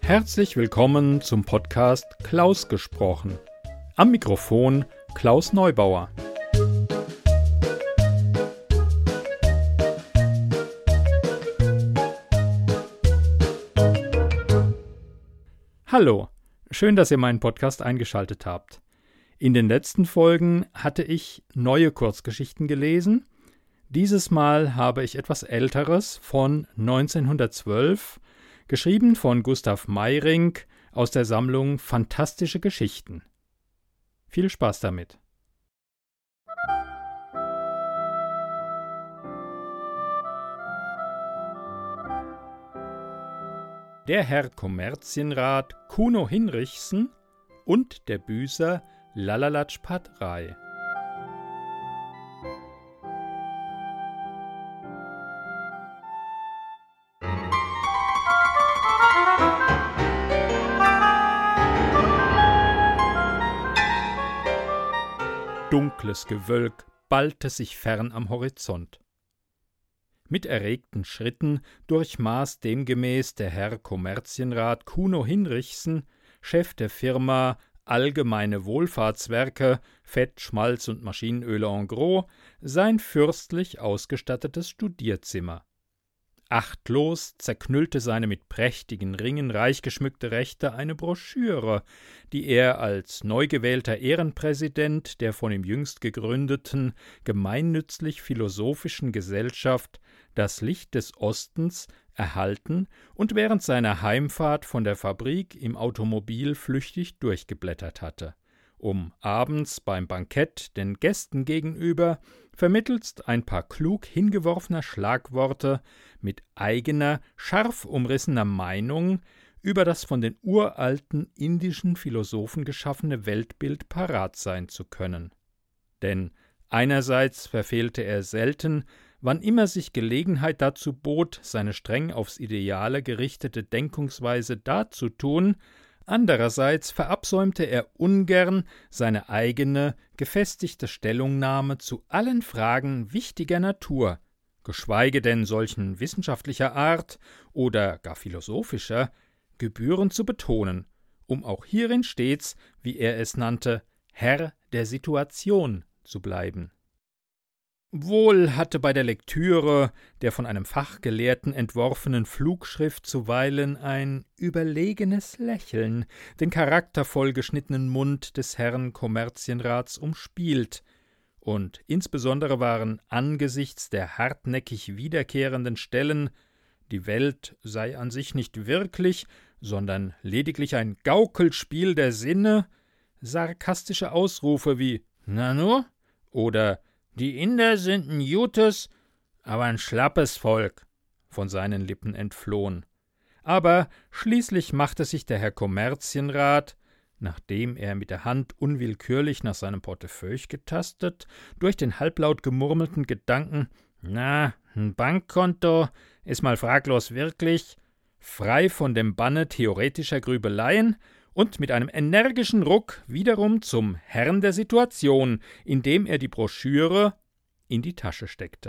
Herzlich willkommen zum Podcast Klaus gesprochen. Am Mikrofon Klaus Neubauer. Hallo, schön, dass ihr meinen Podcast eingeschaltet habt. In den letzten Folgen hatte ich neue Kurzgeschichten gelesen. Dieses Mal habe ich etwas Älteres von 1912, geschrieben von Gustav Meyrink aus der Sammlung Fantastische Geschichten. Viel Spaß damit. Der Herr Kommerzienrat Kuno Hinrichsen und der Büßer Lalalatschpat Rai. Dunkles Gewölk ballte sich fern am Horizont. Mit erregten Schritten durchmaß demgemäß der Herr Kommerzienrat Kuno Hinrichsen, Chef der Firma Allgemeine Wohlfahrtswerke, Fett, Schmalz und Maschinenöle en gros, sein fürstlich ausgestattetes Studierzimmer. Achtlos zerknüllte seine mit prächtigen Ringen reich geschmückte Rechte eine Broschüre, die er als neu gewählter Ehrenpräsident der von ihm jüngst gegründeten Gemeinnützlich-Philosophischen Gesellschaft Das Licht des Ostens erhalten und während seiner Heimfahrt von der Fabrik im Automobil flüchtig durchgeblättert hatte, um abends beim Bankett den Gästen gegenüber vermittelst ein paar klug hingeworfener Schlagworte mit eigener, scharf umrissener Meinung über das von den uralten indischen Philosophen geschaffene Weltbild parat sein zu können. Denn einerseits verfehlte er selten, wann immer sich Gelegenheit dazu bot, seine streng aufs Ideale gerichtete Denkungsweise darzutun, andererseits verabsäumte er ungern seine eigene, gefestigte Stellungnahme zu allen Fragen wichtiger Natur, geschweige denn solchen wissenschaftlicher Art oder gar philosophischer, gebührend zu betonen, um auch hierin stets, wie er es nannte, Herr der Situation zu bleiben. Wohl hatte bei der Lektüre der von einem Fachgelehrten entworfenen Flugschrift zuweilen ein überlegenes Lächeln den charaktervoll geschnittenen Mund des Herrn Kommerzienrats umspielt, und insbesondere waren angesichts der hartnäckig wiederkehrenden Stellen, die Welt sei an sich nicht wirklich, sondern lediglich ein Gaukelspiel der Sinne, sarkastische Ausrufe wie »Nanu« oder »Die Inder sind ein gutes, aber ein schlappes Volk« von seinen Lippen entflohen. Aber schließlich machte sich der Herr Kommerzienrat, nachdem er mit der Hand unwillkürlich nach seinem Portefeuille getastet, durch den halblaut gemurmelten Gedanken »Na, ein Bankkonto ist mal fraglos wirklich«, frei von dem Banne theoretischer Grübeleien und mit einem energischen Ruck wiederum zum Herrn der Situation, indem er die Broschüre in die Tasche steckte.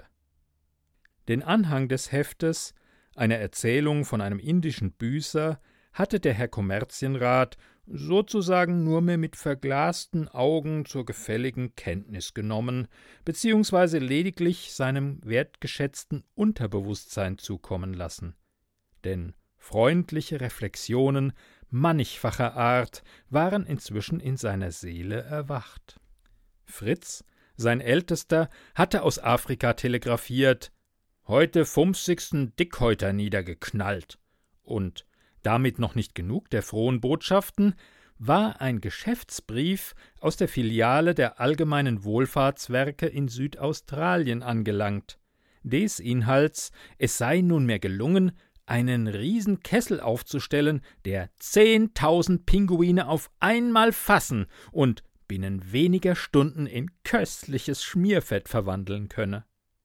Den Anhang des Heftes, eine Erzählung von einem indischen Büßer, hatte der Herr Kommerzienrat sozusagen nur mehr mit verglasten Augen zur gefälligen Kenntnis genommen, beziehungsweise lediglich seinem wertgeschätzten Unterbewusstsein zukommen lassen. Denn freundliche Reflexionen mannigfacher Art waren inzwischen in seiner Seele erwacht. Fritz, sein Ältester, hatte aus Afrika telegrafiert: »Heute 50. Dickhäuter niedergeknallt«, und damit noch nicht genug der frohen Botschaften, war ein Geschäftsbrief aus der Filiale der Allgemeinen Wohlfahrtswerke in Südaustralien angelangt, des Inhalts, es sei nunmehr gelungen, einen Riesenkessel aufzustellen, der 10.000 Pinguine auf einmal fassen und binnen weniger Stunden in köstliches Schmierfett verwandeln könne.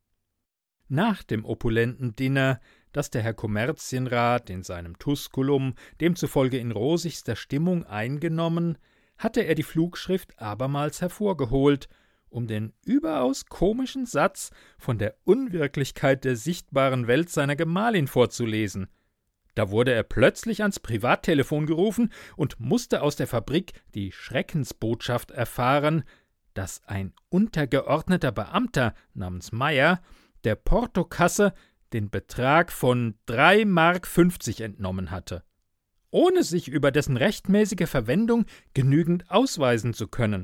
Nach dem opulenten Dinner, das der Herr Kommerzienrat in seinem Tusculum demzufolge in rosigster Stimmung eingenommen, hatte er die Flugschrift abermals hervorgeholt, um den überaus komischen Satz von der Unwirklichkeit der sichtbaren Welt seiner Gemahlin vorzulesen. Da wurde er plötzlich ans Privattelefon gerufen und musste aus der Fabrik die Schreckensbotschaft erfahren, dass ein untergeordneter Beamter namens Meyer der Portokasse den Betrag von 3,50 Mark entnommen hatte, ohne sich über dessen rechtmäßige Verwendung genügend ausweisen zu können.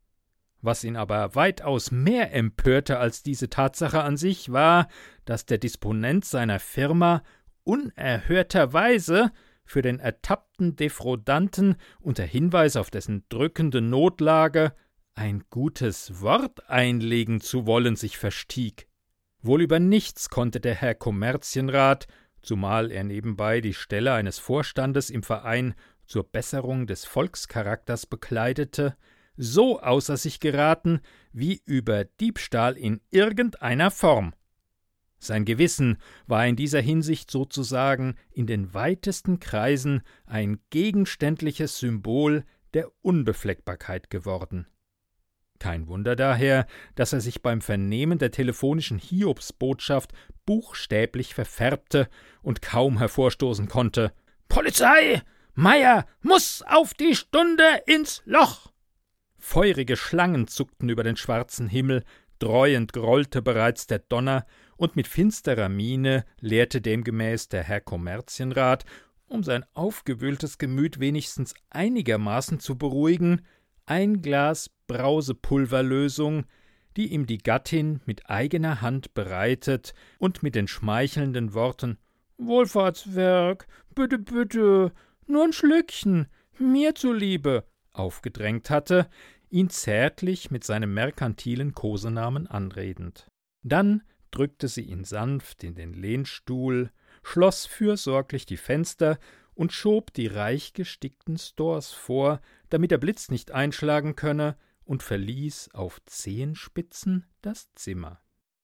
Was ihn aber weitaus mehr empörte als diese Tatsache an sich war, dass der Disponent seiner Firma unerhörterweise für den ertappten Defraudanten unter Hinweis auf dessen drückende Notlage ein gutes Wort einlegen zu wollen sich verstieg. Wohl über nichts konnte der Herr Kommerzienrat, zumal er nebenbei die Stelle eines Vorstandes im Verein zur Besserung des Volkscharakters bekleidete, so außer sich geraten wie über Diebstahl in irgendeiner Form. Sein Gewissen war in dieser Hinsicht sozusagen in den weitesten Kreisen ein gegenständliches Symbol der Unbefleckbarkeit geworden. Kein Wunder daher, dass er sich beim Vernehmen der telefonischen Hiobsbotschaft buchstäblich verfärbte und kaum hervorstoßen konnte: »Polizei! Meyer muss auf die Stunde ins Loch!« Feurige Schlangen zuckten über den schwarzen Himmel, dreuend grollte bereits der Donner, und mit finsterer Miene leerte demgemäß der Herr Kommerzienrat, um sein aufgewühltes Gemüt wenigstens einigermaßen zu beruhigen, ein Glas Brausepulverlösung, die ihm die Gattin mit eigener Hand bereitet und mit den schmeichelnden Worten »Wohlfahrtswerk, bitte, bitte, nur ein Schlückchen, mir zuliebe« aufgedrängt hatte, ihn zärtlich mit seinem merkantilen Kosenamen anredend. Dann drückte sie ihn sanft in den Lehnstuhl, schloss fürsorglich die Fenster und schob die reich gestickten Stores vor, damit der Blitz nicht einschlagen könne, und verließ auf Zehenspitzen das Zimmer.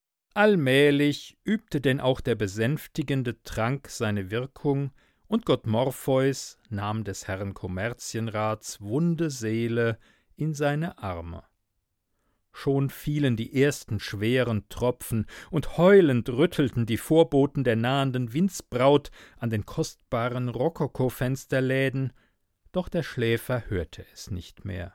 Allmählich übte denn auch der besänftigende Trank seine Wirkung, und Gott Morpheus nahm des Herrn Kommerzienrats wunde Seele in seine Arme. Schon fielen die ersten schweren Tropfen, und heulend rüttelten die Vorboten der nahenden Windsbraut an den kostbaren Rokoko-Fensterläden, doch der Schläfer hörte es nicht mehr.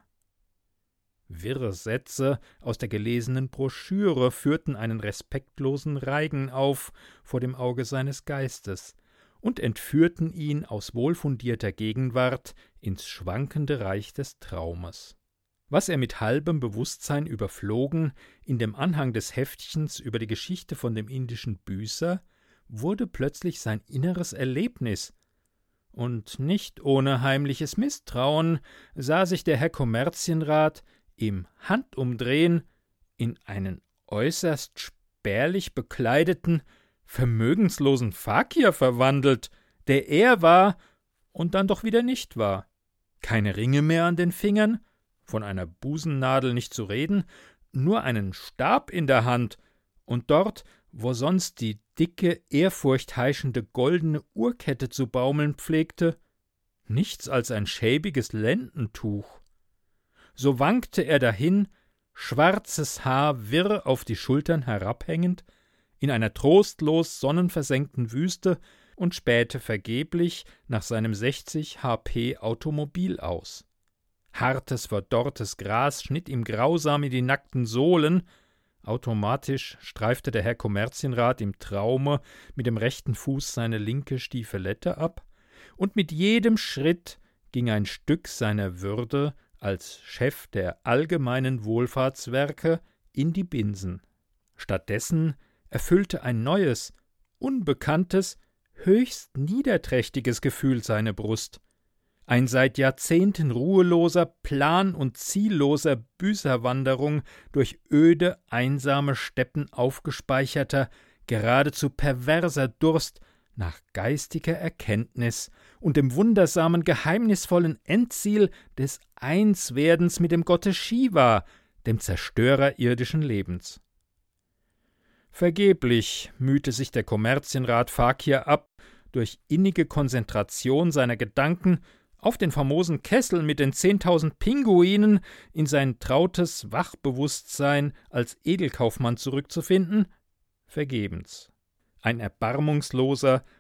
Wirre Sätze aus der gelesenen Broschüre führten einen respektlosen Reigen auf vor dem Auge seines Geistes und entführten ihn aus wohlfundierter Gegenwart ins schwankende Reich des Traumes. Was er mit halbem Bewusstsein überflogen, in dem Anhang des Heftchens über die Geschichte von dem indischen Büßer, wurde plötzlich sein inneres Erlebnis, und nicht ohne heimliches Misstrauen sah sich der Herr Kommerzienrat im Handumdrehen in einen äußerst spärlich bekleideten, vermögenslosen Fakir verwandelt, der er war und dann doch wieder nicht war. Keine Ringe mehr an den Fingern, von einer Busennadel nicht zu reden, nur einen Stab in der Hand, und dort, wo sonst die dicke, ehrfurchtheischende goldene Uhrkette zu baumeln pflegte, nichts als ein schäbiges Lendentuch. So wankte er dahin, schwarzes Haar wirr auf die Schultern herabhängend, in einer trostlos sonnenversenkten Wüste, und spähte vergeblich nach seinem 60 HP Automobil aus. Hartes, verdorrtes Gras schnitt ihm grausam in die nackten Sohlen. Automatisch streifte der Herr Kommerzienrat im Traume mit dem rechten Fuß seine linke Stiefelette ab, und mit jedem Schritt ging ein Stück seiner Würde als Chef der allgemeinen Wohlfahrtswerke in die Binsen. Stattdessen erfüllte ein neues, unbekanntes, höchst niederträchtiges Gefühl seine Brust. Ein seit Jahrzehnten ruheloser, plan- und zielloser Büßerwanderung durch öde, einsame Steppen aufgespeicherter, geradezu perverser Durst nach geistiger Erkenntnis und dem wundersamen, geheimnisvollen Endziel des Einswerdens mit dem Gotte Shiva, dem Zerstörer irdischen Lebens. Vergeblich mühte sich der Kommerzienrat Fakir ab, durch innige Konzentration seiner Gedanken auf den famosen Kessel mit den 10.000 Pinguinen in sein trautes Wachbewusstsein als Edelkaufmann zurückzufinden? Vergebens. Ein erbarmungsloser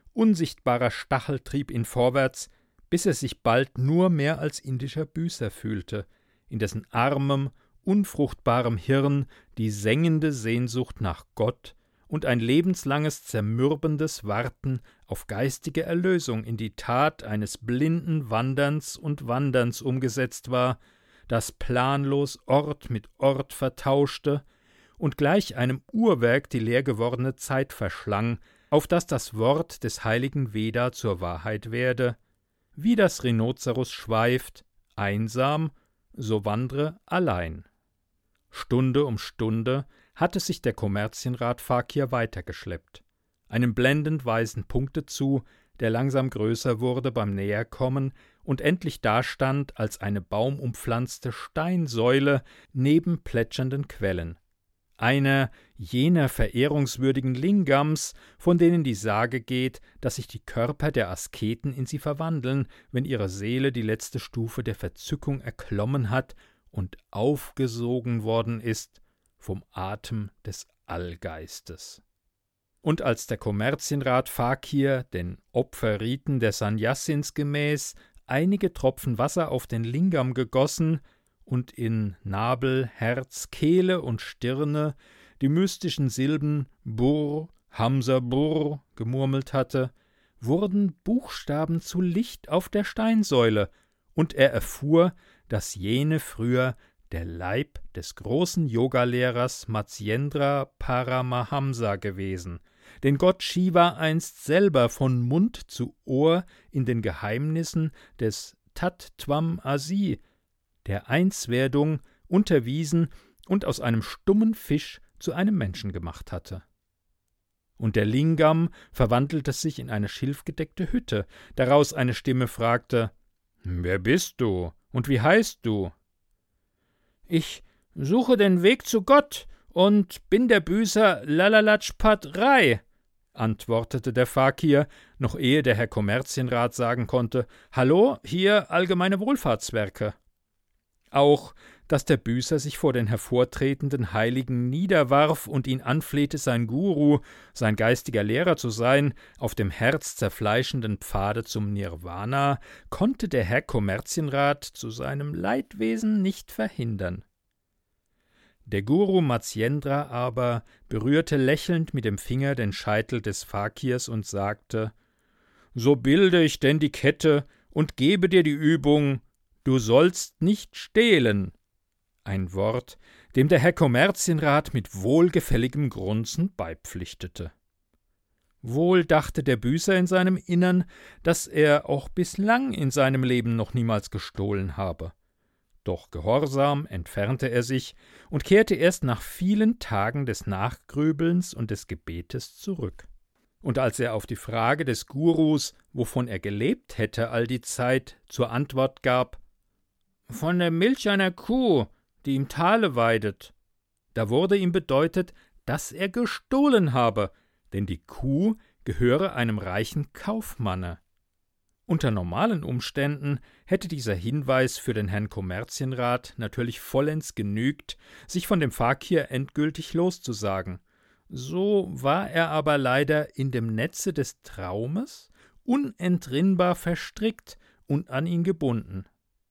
unsichtbarer Stachel trieb ihn vorwärts, bis er sich bald nur mehr als indischer Büßer fühlte, in dessen armem, unfruchtbarem Hirn die sengende Sehnsucht nach Gott und ein lebenslanges zermürbendes Warten auf geistige Erlösung in die Tat eines blinden Wanderns und Wanderns umgesetzt war, das planlos Ort mit Ort vertauschte und gleich einem Uhrwerk die leer gewordene Zeit verschlang, auf das das Wort des heiligen Veda zur Wahrheit werde: Wie das Rhinoceros schweift, einsam, so wandre allein. Stunde um Stunde hatte sich der Kommerzienrat Fakir weitergeschleppt, einem blendend weißen Punkte zu, der langsam größer wurde beim Näherkommen und endlich dastand als eine baumumpflanzte Steinsäule neben plätschernden Quellen. Einer jener verehrungswürdigen Lingams, von denen die Sage geht, dass sich die Körper der Asketen in sie verwandeln, wenn ihre Seele die letzte Stufe der Verzückung erklommen hat und aufgesogen worden ist vom Atem des Allgeistes. Und als der Kommerzienrat Fakir, den Opferriten der Sannyasins gemäß, einige Tropfen Wasser auf den Lingam gegossen und in Nabel, Herz, Kehle und Stirne die mystischen Silben Burr, Hamsa Burr gemurmelt hatte, wurden Buchstaben zu Licht auf der Steinsäule, und er erfuhr, dass jene früher der Leib des großen Yogalehrers Matsyendra Paramahamsa gewesen, den Gott Shiva einst selber von Mund zu Ohr in den Geheimnissen des Tattvam Asi, der Einswerdung, unterwiesen und aus einem stummen Fisch zu einem Menschen gemacht hatte. Und der Lingam verwandelte sich in eine schilfgedeckte Hütte, daraus eine Stimme fragte: »Wer bist du und wie heißt du?« »Ich suche den Weg zu Gott und bin der Büßer Lalalajpat Rai«, antwortete der Fakir, noch ehe der Herr Kommerzienrat sagen konnte: »Hallo, hier allgemeine Wohlfahrtswerke.« Auch, dass der Büßer sich vor den hervortretenden Heiligen niederwarf und ihn anflehte, sein Guru, sein geistiger Lehrer zu sein, auf dem herzzerfleischenden Pfade zum Nirvana, konnte der Herr Kommerzienrat zu seinem Leidwesen nicht verhindern. Der Guru Matsyendra aber berührte lächelnd mit dem Finger den Scheitel des Fakirs und sagte: »So bilde ich denn die Kette und gebe dir die Übung: Du sollst nicht stehlen.« Ein Wort, dem der Herr Kommerzienrat mit wohlgefälligem Grunzen beipflichtete. Wohl dachte der Büßer in seinem Innern, dass er auch bislang in seinem Leben noch niemals gestohlen habe. Doch gehorsam entfernte er sich und kehrte erst nach vielen Tagen des Nachgrübelns und des Gebetes zurück. Und als er auf die Frage des Gurus, wovon er gelebt hätte all die Zeit, zur Antwort gab: »Von der Milch einer Kuh, die im Tale weidet«, da wurde ihm bedeutet, dass er gestohlen habe, denn die Kuh gehöre einem reichen Kaufmanne. Unter normalen Umständen hätte dieser Hinweis für den Herrn Kommerzienrat natürlich vollends genügt, sich von dem Fakir endgültig loszusagen. So war er aber leider in dem Netze des Traumes unentrinnbar verstrickt und an ihn gebunden.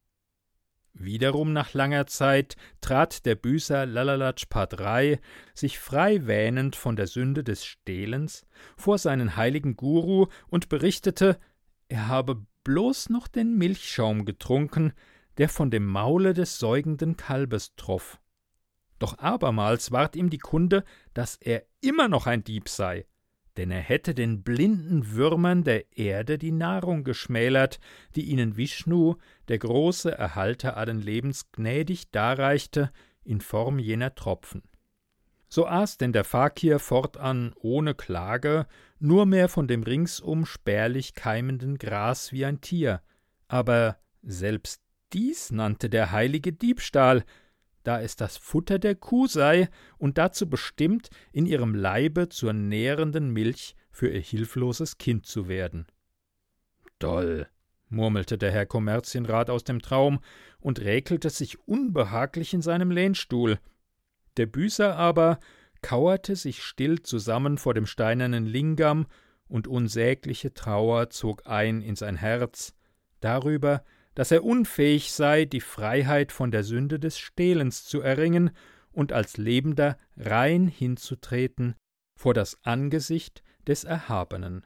Wiederum nach langer Zeit trat der Büßer Lalalajpat Rai, sich frei wähnend von der Sünde des Stehlens, vor seinen heiligen Guru und berichtete, er habe bloß noch den Milchschaum getrunken, der von dem Maule des säugenden Kalbes troff. Doch abermals ward ihm die Kunde, dass er immer noch ein Dieb sei, denn er hätte den blinden Würmern der Erde die Nahrung geschmälert, die ihnen Vishnu, der große Erhalter allen Lebens, gnädig darreichte in Form jener Tropfen. So aß denn der Fakir fortan ohne Klage nur mehr von dem ringsum spärlich keimenden Gras wie ein Tier, aber selbst dies nannte der Heilige Diebstahl, da es das Futter der Kuh sei und dazu bestimmt, in ihrem Leibe zur nährenden Milch für ihr hilfloses Kind zu werden. »Toll«, murmelte der Herr Kommerzienrat aus dem Traum und räkelte sich unbehaglich in seinem Lehnstuhl. Der Büßer aber kauerte sich still zusammen vor dem steinernen Lingam und unsägliche Trauer zog ein in sein Herz, darüber, dass er unfähig sei, die Freiheit von der Sünde des Stehlens zu erringen und als Lebender rein hinzutreten vor das Angesicht des Erhabenen.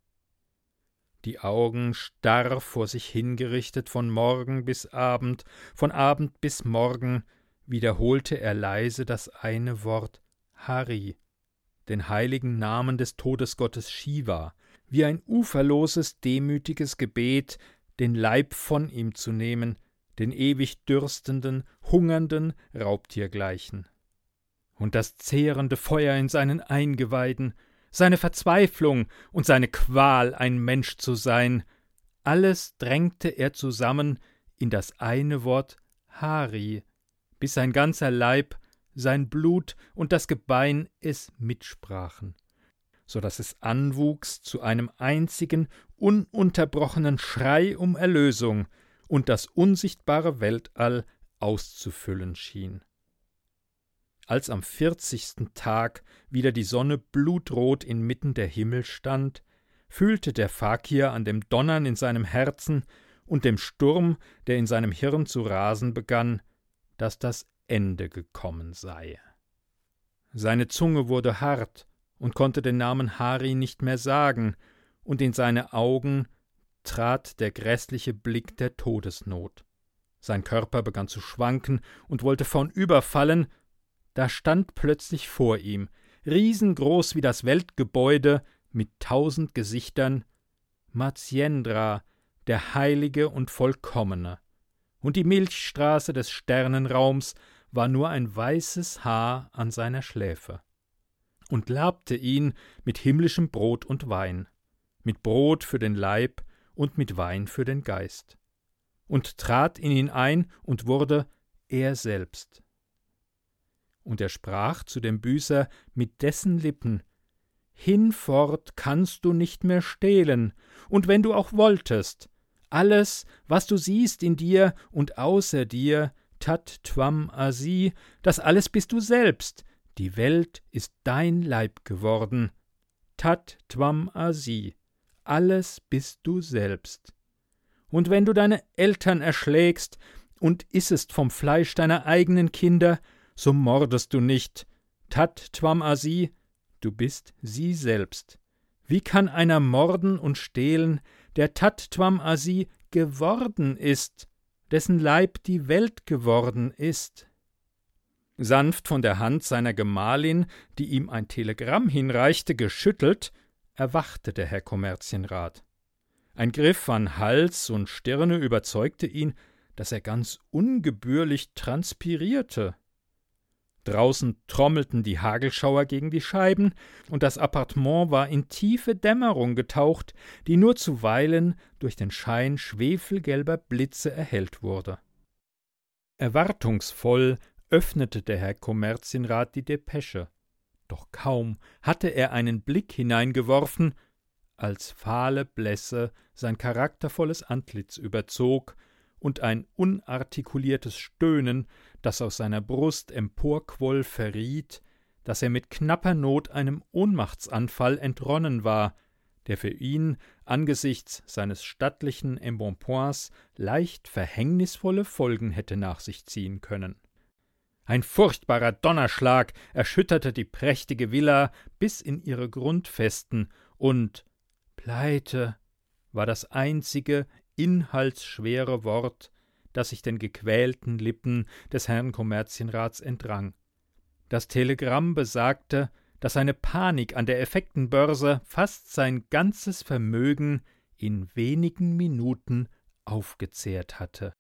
Die Augen starr vor sich hingerichtet von Morgen bis Abend, von Abend bis Morgen, wiederholte er leise das eine Wort Hari, den heiligen Namen des Todesgottes Shiva, wie ein uferloses, demütiges Gebet, den Leib von ihm zu nehmen, den ewig dürstenden, hungernden Raubtiergleichen. Und das zehrende Feuer in seinen Eingeweiden, seine Verzweiflung und seine Qual, ein Mensch zu sein, alles drängte er zusammen in das eine Wort Hari, bis sein ganzer Leib, sein Blut und das Gebein es mitsprachen, so daß es anwuchs zu einem einzigen, ununterbrochenen Schrei um Erlösung und das unsichtbare Weltall auszufüllen schien. Als am 40. Tag wieder die Sonne blutrot inmitten der Himmel stand, fühlte der Fakir an dem Donnern in seinem Herzen und dem Sturm, der in seinem Hirn zu rasen begann, dass das Ende gekommen sei. Seine Zunge wurde hart und konnte den Namen Hari nicht mehr sagen, und in seine Augen trat der grässliche Blick der Todesnot. Sein Körper begann zu schwanken und wollte vornüberfallen, da stand plötzlich vor ihm, riesengroß wie das Weltgebäude mit 1000 Gesichtern, Matsyendra, der Heilige und Vollkommene, und die Milchstraße des Sternenraums war nur ein weißes Haar an seiner Schläfe, und labte ihn mit himmlischem Brot und Wein, mit Brot für den Leib und mit Wein für den Geist, und trat in ihn ein und wurde er selbst. Und er sprach zu dem Büßer mit dessen Lippen: Hinfort kannst du nicht mehr stehlen, und wenn du auch wolltest, alles, was du siehst in dir und außer dir, Tat Tvam Asi, das alles bist du selbst, die Welt ist dein Leib geworden. Tat Tvam Asi, alles bist du selbst. Und wenn du deine Eltern erschlägst und issest vom Fleisch deiner eigenen Kinder, so mordest du nicht. Tat Tvam Asi, du bist sie selbst. Wie kann einer morden und stehlen, der Tat Tvam Asi geworden ist, dessen Leib die Welt geworden ist? Sanft von der Hand seiner Gemahlin, die ihm ein Telegramm hinreichte, geschüttelt, erwachte der Herr Kommerzienrat. Ein Griff an Hals und Stirne überzeugte ihn, dass er ganz ungebührlich transpirierte. Draußen trommelten die Hagelschauer gegen die Scheiben, und das Appartement war in tiefe Dämmerung getaucht, die nur zuweilen durch den Schein schwefelgelber Blitze erhellt wurde. Erwartungsvoll öffnete der Herr Kommerzienrat die Depesche, doch kaum hatte er einen Blick hineingeworfen, als fahle Blässe sein charaktervolles Antlitz überzog und ein unartikuliertes Stöhnen, das aus seiner Brust emporquoll, verriet, dass er mit knapper Not einem Ohnmachtsanfall entronnen war, der für ihn angesichts seines stattlichen Embonpoints leicht verhängnisvolle Folgen hätte nach sich ziehen können. Ein furchtbarer Donnerschlag erschütterte die prächtige Villa bis in ihre Grundfesten, und Pleite war das einzige inhaltsschwere Wort, das sich den gequälten Lippen des Herrn Kommerzienrats entrang. Das Telegramm besagte, dass eine Panik an der Effektenbörse fast sein ganzes Vermögen in wenigen Minuten aufgezehrt hatte.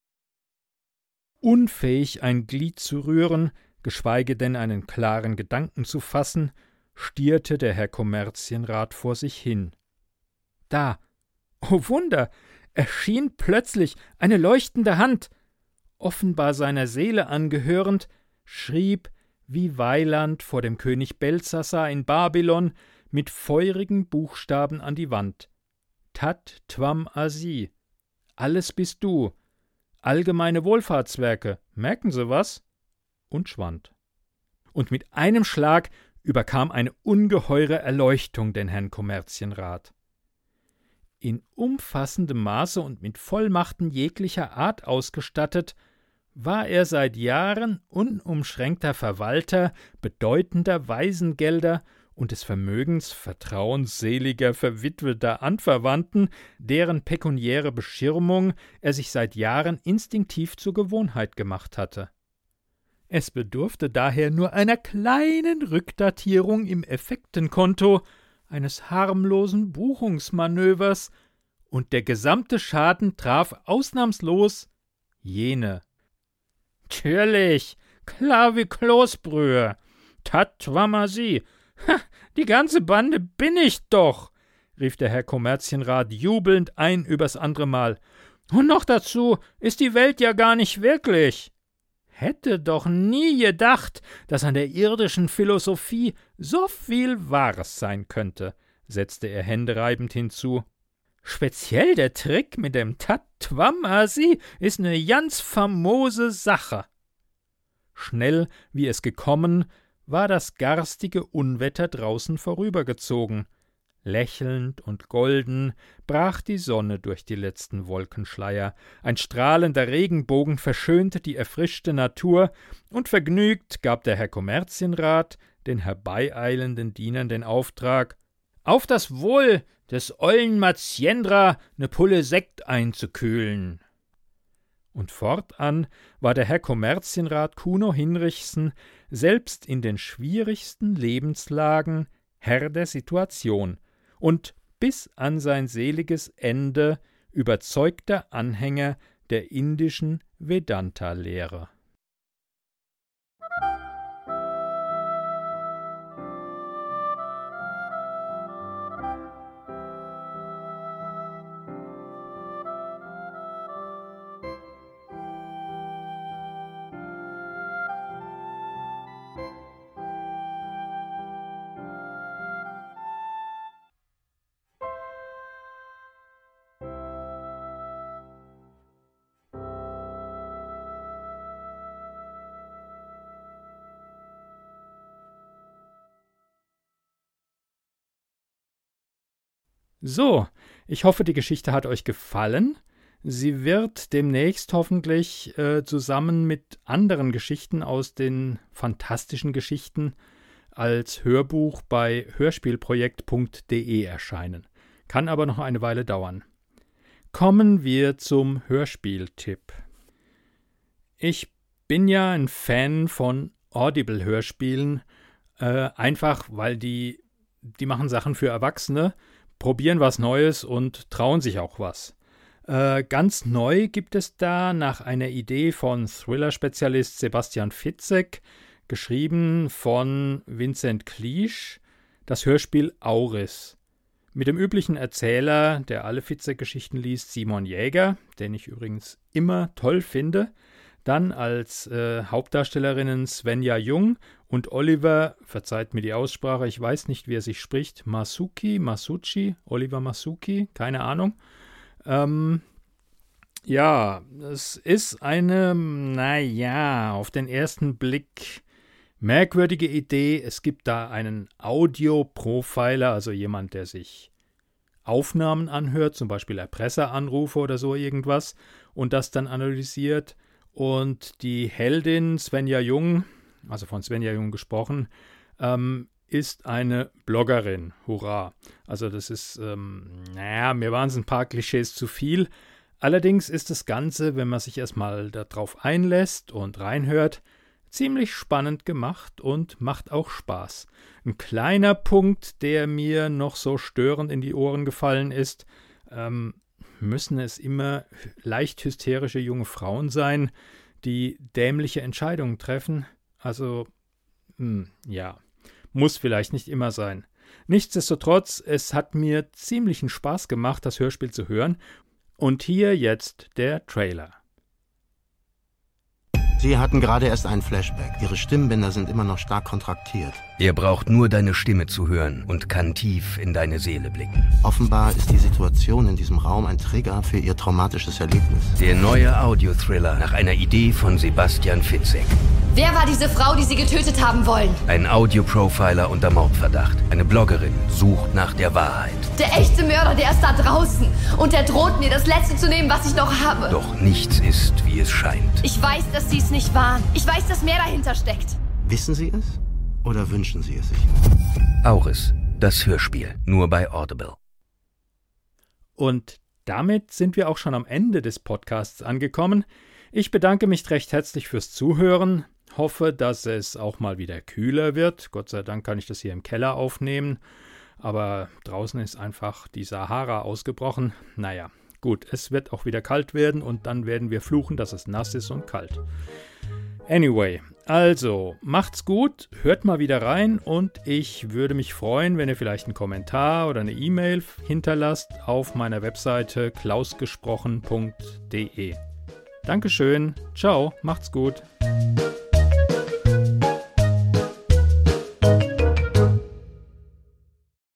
Unfähig, ein Glied zu rühren, geschweige denn einen klaren Gedanken zu fassen, stierte der Herr Kommerzienrat vor sich hin. Da, oh Wunder, erschien plötzlich eine leuchtende Hand, offenbar seiner Seele angehörend, schrieb, wie Weiland vor dem König Belsassar in Babylon, mit feurigen Buchstaben an die Wand: Tat Tvam Asi, alles bist du, allgemeine Wohlfahrtswerke, merken Sie was? Und schwand. Und mit einem Schlag überkam eine ungeheure Erleuchtung den Herrn Kommerzienrat. In umfassendem Maße und mit Vollmachten jeglicher Art ausgestattet, war er seit Jahren unumschränkter Verwalter bedeutender Waisengelder und des Vermögens vertrauensseliger, verwitweter Anverwandten, deren pekuniäre Beschirmung er sich seit Jahren instinktiv zur Gewohnheit gemacht hatte. Es bedurfte daher nur einer kleinen Rückdatierung im Effektenkonto, eines harmlosen Buchungsmanövers, und der gesamte Schaden traf ausnahmslos jene. »Natürlich, klar wie Kloßbrühe. Tat war ma sie. Ha, die ganze Bande bin ich doch«, rief der Herr Kommerzienrat jubelnd ein übers andere Mal. »Und noch dazu ist die Welt ja gar nicht wirklich. Hätte doch nie gedacht, dass an der irdischen Philosophie so viel Wahres sein könnte«, setzte er händereibend hinzu. »Speziell der Trick mit dem Tatwamasi ist ne ganz famose Sache.« Schnell, wie es gekommen, war das garstige Unwetter draußen vorübergezogen. Lächelnd und golden brach die Sonne durch die letzten Wolkenschleier, ein strahlender Regenbogen verschönte die erfrischte Natur, und vergnügt gab der Herr Kommerzienrat den herbeieilenden Dienern den Auftrag, auf das Wohl des ollen Maziendra ne Pulle Sekt einzukühlen. Und fortan war der Herr Kommerzienrat Kuno Hinrichsen selbst in den schwierigsten Lebenslagen Herr der Situation und bis an sein seliges Ende überzeugter Anhänger der indischen Vedanta-Lehre. So, ich hoffe, die Geschichte hat euch gefallen. Sie wird demnächst hoffentlich zusammen mit anderen Geschichten aus den fantastischen Geschichten als Hörbuch bei hörspielprojekt.de erscheinen. Kann aber noch eine Weile dauern. Kommen wir zum Hörspieltipp. Ich bin ja ein Fan von Audible-Hörspielen, einfach weil die machen Sachen für Erwachsene, probieren was Neues und trauen sich auch was. Ganz neu gibt es da nach einer Idee von Thriller-Spezialist Sebastian Fitzek, geschrieben von Vincent Cleage, das Hörspiel Auris. Mit dem üblichen Erzähler, der alle Fitzek-Geschichten liest, Simon Jäger, den ich übrigens immer toll finde. Dann als Hauptdarstellerinnen Svenja Jung und Oliver, verzeiht mir die Aussprache, ich weiß nicht, wie er sich spricht, Masucci, Oliver Masucci, keine Ahnung. Ja, es ist eine, auf den ersten Blick merkwürdige Idee. Es gibt da einen Audio-Profiler, also jemand, der sich Aufnahmen anhört, zum Beispiel Erpresseranrufe oder so irgendwas, und das dann analysiert. Und die Heldin Svenja Jung, also von Svenja Jung gesprochen, ist eine Bloggerin. Hurra! Also das ist, mir waren es ein paar Klischees zu viel. Allerdings ist das Ganze, wenn man sich erstmal darauf einlässt und reinhört, ziemlich spannend gemacht und macht auch Spaß. Ein kleiner Punkt, der mir noch so störend in die Ohren gefallen ist, müssen es immer leicht hysterische junge Frauen sein, die dämliche Entscheidungen treffen? Also, muss vielleicht nicht immer sein. Nichtsdestotrotz, es hat mir ziemlichen Spaß gemacht, das Hörspiel zu hören. Und hier jetzt der Trailer. Sie hatten gerade erst einen Flashback. Ihre Stimmbänder sind immer noch stark kontraktiert. Er braucht nur deine Stimme zu hören und kann tief in deine Seele blicken. Offenbar ist die Situation in diesem Raum ein Trigger für Ihr traumatisches Erlebnis. Der neue Audiothriller nach einer Idee von Sebastian Fitzek. Wer war diese Frau, die Sie getötet haben wollen? Ein Audioprofiler unter Mordverdacht. Eine Bloggerin sucht nach der Wahrheit. Der echte Mörder, der ist da draußen. Und der droht mir, das Letzte zu nehmen, was ich noch habe. Doch nichts ist, wie es scheint. Ich weiß, dass Sie es nicht waren. Ich weiß, dass mehr dahinter steckt. Wissen Sie es? Oder wünschen Sie es sich? Auris, das Hörspiel, nur bei Audible. Und damit sind wir auch schon am Ende des Podcasts angekommen. Ich bedanke mich recht herzlich fürs Zuhören. Hoffe, dass es auch mal wieder kühler wird. Gott sei Dank kann ich das hier im Keller aufnehmen. Aber draußen ist einfach die Sahara ausgebrochen. Naja, gut, es wird auch wieder kalt werden und dann werden wir fluchen, dass es nass ist und kalt. Anyway, also macht's gut, hört mal wieder rein und ich würde mich freuen, wenn ihr vielleicht einen Kommentar oder eine E-Mail hinterlasst auf meiner Webseite klausgesprochen.de. Dankeschön, ciao, macht's gut.